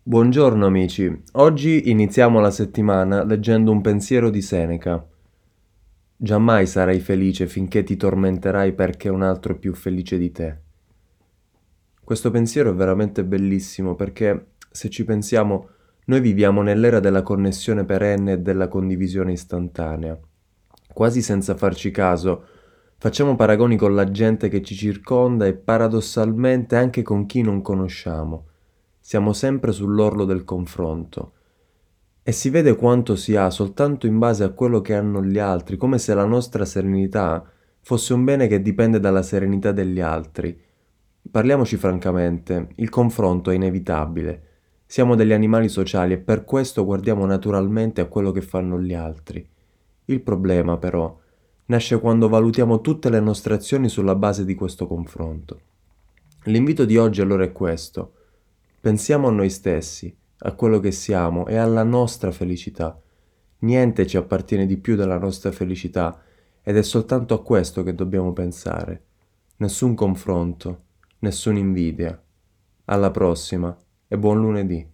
Buongiorno amici, oggi iniziamo la settimana leggendo un pensiero di Seneca. Giammai sarai felice finché ti tormenterai perché un altro è più felice di te. Questo pensiero è veramente bellissimo perché, se ci pensiamo, noi viviamo nell'era della connessione perenne e della condivisione istantanea. Quasi senza farci caso, facciamo paragoni con la gente che ci circonda e paradossalmente anche con chi non conosciamo. Siamo sempre sull'orlo del confronto. E si vede quanto si ha soltanto in base a quello che hanno gli altri, come se la nostra serenità fosse un bene che dipende dalla serenità degli altri. Parliamoci francamente, il confronto è inevitabile. Siamo degli animali sociali e per questo guardiamo naturalmente a quello che fanno gli altri. Il problema, però, nasce quando valutiamo tutte le nostre azioni sulla base di questo confronto. L'invito di oggi allora è questo. Pensiamo a noi stessi, a quello che siamo e alla nostra felicità. Niente ci appartiene di più della nostra felicità ed è soltanto a questo che dobbiamo pensare. Nessun confronto, nessuna invidia. Alla prossima e buon lunedì.